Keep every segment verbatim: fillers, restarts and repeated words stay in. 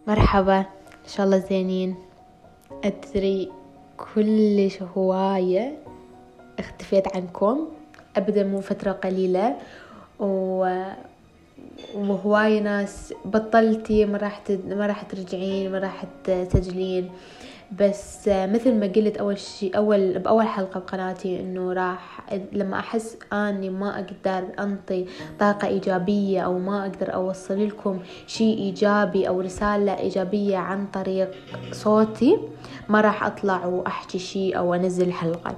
مرحبا، إن شاء الله زينين. أدري كلش هواية اختفيت عنكم أبدا مو فترة قليلة، و... وهواية ناس بطلتي ما راح تد... ما راح ترجعين ما راح تسجلين. بس مثل ما قلت أول شيء أول بأول حلقة بقناتي إنه راح لما أحس أني ما أقدر أنطي طاقة إيجابية أو ما أقدر أوصل لكم شيء إيجابي أو رسالة إيجابية عن طريق صوتي، ما راح أطلع وأحكي شيء أو أنزل حلقة.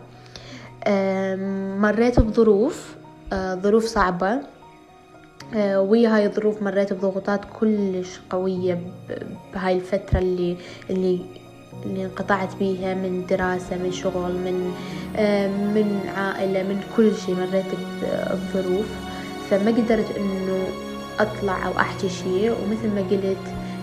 مريت بظروف ظروف صعبة، ويا هاي الظروف مريت بضغوطات كلش قوية بهاي الفترة اللي اللي اللي انقطعت بيها من دراسة، من شغل، من من عائلة، من كل شيء. مريت بظروف فما قدرت انه اطلع او احكي شيء، ومثل ما قلت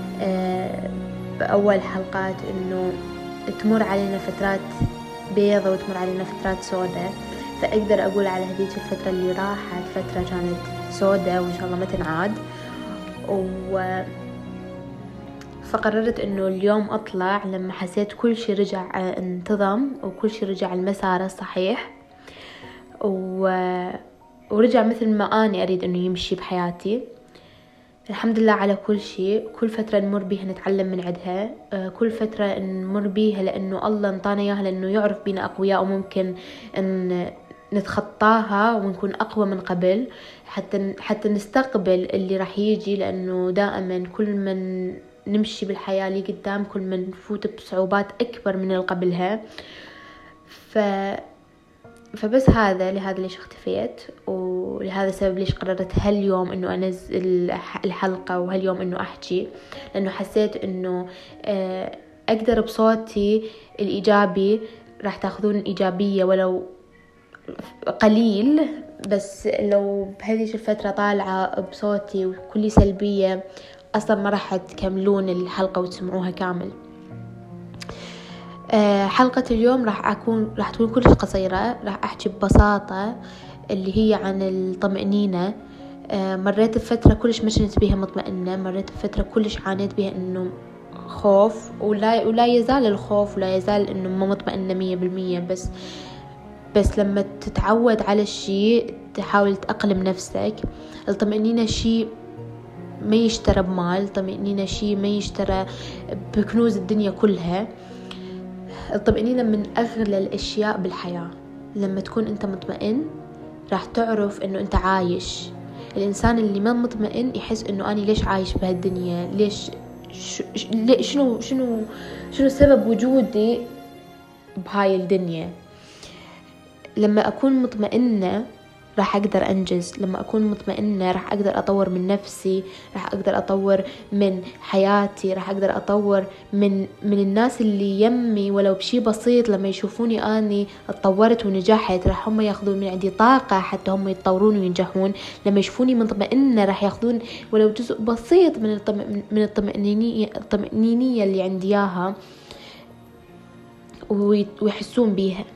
باول حلقات انه تمر علينا فترات بيضة وتمر علينا فترات سوداء، فاقدر اقول على هذيك الفترة اللي راحت فترة كانت سوداء وان شاء الله ما تنعاد. و فقررت انه اليوم اطلع لما حسيت كل شيء رجع انتظم وكل شيء رجع المسار الصحيح، و... ورجع مثل ما اني اريد انه يمشي بحياتي. الحمد لله على كل شيء. كل فترة نمر بيها نتعلم من عدها، كل فترة نمر بيها لانه الله انطانا اياها، لانه يعرف بينا اقوياء وممكن ان نتخطاها ونكون اقوى من قبل، حتى حتى نستقبل اللي راح يجي، لانه دائما كل من نمشي بالحياة اللي قدام كل ما نفوت بصعوبات أكبر من اللي قبلها. ف... فبس هذا لهذا ليش اختفيت، ولهذا السبب ليش قررت هاليوم إنه أنزل الحلقة وهاليوم إنه أحكي، لأنه حسيت إنه أقدر بصوتي الإيجابي راح تأخذون إيجابية ولو قليل، بس لو بهذه الفترة طالعة بصوتي وكل سلبية أصلا ما راح تكملون الحلقة وتسمعوها كامل. أه حلقة اليوم راح أكون راح تكون كلش قصيرة، راح أحكي ببساطة اللي هي عن الطمأنينة. أه مريت بفترة كلش ما كنت بيها مطمئنة، مريت بفترة كلش عانيت بيها إنه خوف، ولا ولا يزال الخوف ولا يزال إنه ما مطمئنة مية بالمية. بس بس لما تتعود على الشيء تحاول تأقلم نفسك. الطمأنينة شيء ما يشترى بمال، طمأنينة شيء ما يشترى بكنوز الدنيا كلها. الطمأنينة من أغلى الأشياء بالحياة. لما تكون أنت مطمئن راح تعرف أنه أنت عايش. الإنسان اللي ما مطمئن يحس أنه أنا ليش عايش بهالدنيا، ليش شنو شنو شنو سبب وجودي بهاي الدنيا. لما أكون مطمئنة راح أقدر أنجز، لما أكون مطمئنة راح أقدر أطور من نفسي، راح أقدر أطور من حياتي، راح أقدر أطور من من الناس اللي يمي ولو بشي بسيط. لما يشوفوني أني اتطورت ونجحت راح هم ياخذون من عندي طاقة حتى هم يتطورون وينجحون. لما يشوفوني مطمئنة راح ياخذون ولو جزء بسيط من الطم من الطمأنينية الطمأنينية اللي عندي إياها ويحسون بيها.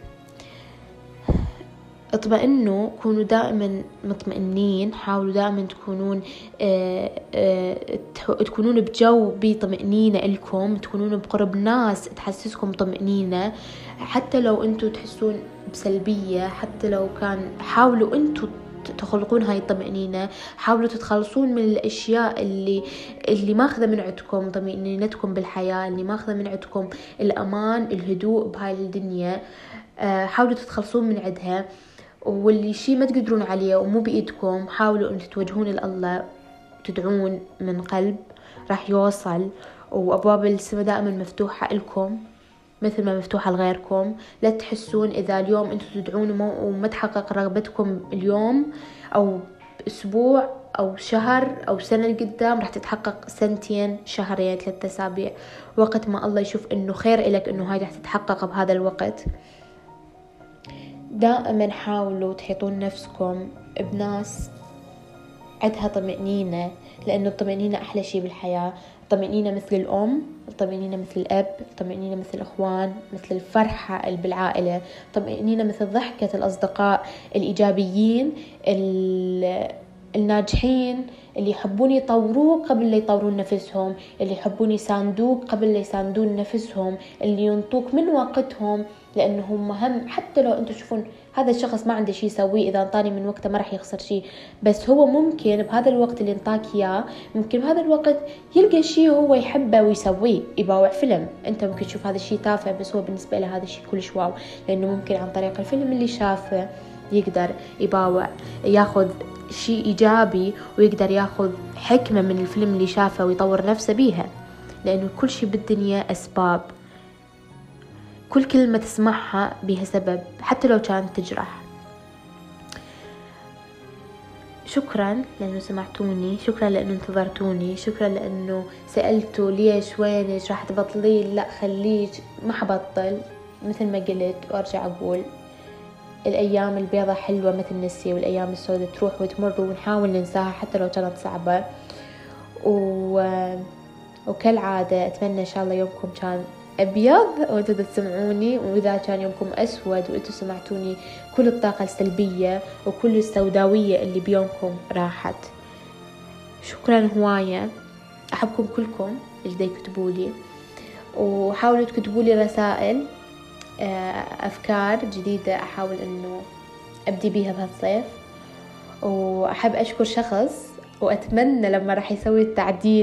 اطمئنوا، كونوا دائما مطمئنين، حاولوا دائما تكونون آآ آآ تكونون بجو بطمأنينة لكم، تكونون بقرب ناس تحسسكم طمأنينة. حتى لو انتوا تحسون بسلبية، حتى لو كان، حاولوا انتوا تخلقون هاي الطمأنينة، حاولوا تتخلصون من الأشياء اللي اللي ماخذة من عندكم طمأنينتكم بالحياة، اللي ماخذة من عندكم الأمان الهدوء بهاي الدنيا. حاولوا تتخلصون من عندها، واللي شيء ما تقدرون عليه ومو بإيدكم حاولوا أن تتوجهون لله، تدعون من قلب، راح يوصل. وأبواب السماء دائما مفتوحة لكم مثل ما مفتوحة لغيركم. لا تحسون إذا اليوم أنتم تدعون وما تحقق رغبتكم اليوم أو أسبوع أو شهر أو سنة قدام، راح تتحقق سنتين، شهرين، ثلاثة أسابيع، وقت ما الله يشوف إنه خير إلك إنه هاي راح تتحقق بهذا الوقت. دائما حاولوا تحيطون نفسكم بناس عندها طمأنينة، لأنه الطمأنينة أحلى شيء بالحياة. الطمأنينة مثل الأم، الطمأنينة مثل الأب، الطمأنينة مثل الأخوان، مثل الفرحة اللي بالعائلة، الطمأنينة مثل ضحكة الأصدقاء الإيجابيين الناجحين اللي يحبون يطوروك قبل لا يطورون نفسهم، اللي يحبون يساندوك قبل لا يساندون نفسهم، اللي ينطوك من وقتهم لأنهم مهم. حتى لو أنتوا تشوفون هذا الشخص ما عنده شيء يسويه، إذا انطاني من وقته ما راح يخسر شيء، بس هو ممكن بهذا الوقت اللي انطاك إياه ممكن بهذا الوقت يلقى شيء هو يحبه ويسويه، يباوع فيلم. أنت ممكن تشوف هذا الشيء تافه بس هو بالنسبة له هذا الشيء كلش واو، لأنه ممكن عن طريق الفيلم اللي شافه يقدر يباوع، ياخذ شيء إيجابي ويقدر ياخذ حكمة من الفيلم اللي شافه ويطور نفسه بيها. لأنه كل شيء بالدنيا أسباب، كل كلمة تسمعها بها سبب حتى لو كانت تجرح. شكرا لأنه سمعتوني، شكرا لأنه انتظرتوني، شكرا لأنه سألتوا ليش وينك راح تبطلين. لا خليك، ما حبطل مثل ما قلت وأرجع أقول، الأيام البيضة حلوة مثل النسي، والأيام السوداء تروح وتمر ونحاول ننساها حتى لو كانت صعبة. و... وكالعادة أتمنى إن شاء الله يومكم كان أبيض وأنتوا تسمعوني، وإذا كان يومكم أسود وأنتوا سمعتوني كل الطاقة السلبية وكل السوداوية اللي بيومكم راحت. شكرا هواية، أحبكم كلكم اللي يكتبوا لي، وحاولوا تكتبوا لي رسائل أفكار جديدة أحاول أنه أبدي بيها بهالصيف. وأحب أشكر شخص وأتمنى لما راح يسوي التعديل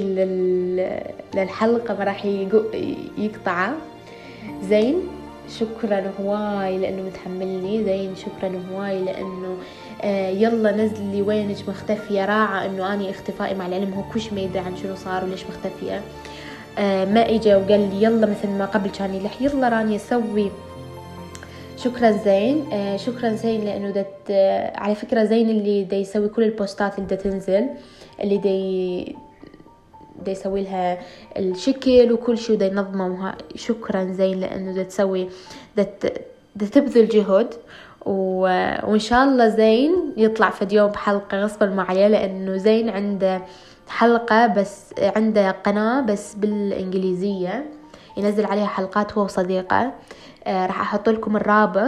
للحلقة ما راح يقطعه، زين. شكرا هواي لأنه متحملني، زين. شكرا هواي لأنه آه يلا نزلي وينك مختفية، راعة أنه أنا اختفائي مع العلم هو كوش ما يدري عن شنو صار وليش مختفية. آه ما إجا وقال لي يلا مثل ما قبل كان يلح يلا راني أسوي. شكرا زين. آه شكرا زين لأنه دت آه على فكرة زين اللي دا يسوي كل البوستات اللي دا تنزل، اللي دا دا يسوي لها الشكل وكل شيء ودا ينظمه. شكرا زين لأنه دا تسوي دا, دا تبذل جهد، وإن شاء الله زين يطلع في اليوم بحلقة غصبا معي، لأنه زين عنده حلقة بس عنده قناة بس بالإنجليزية ينزل عليها حلقات هو وصديقه. آه راح أحط لكم الرابط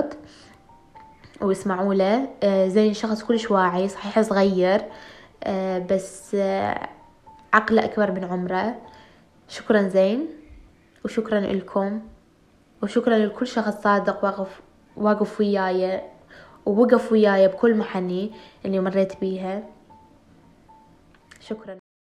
واسمعوا له. آه زين شخص كلش واعي، صحيح صغير آه بس آه عقله أكبر من عمره. شكرا زين، وشكرا لكم، وشكرا لكل شخص صادق واقف واقف وياي ووقف وياي بكل محني اللي مريت بيها. شكرا.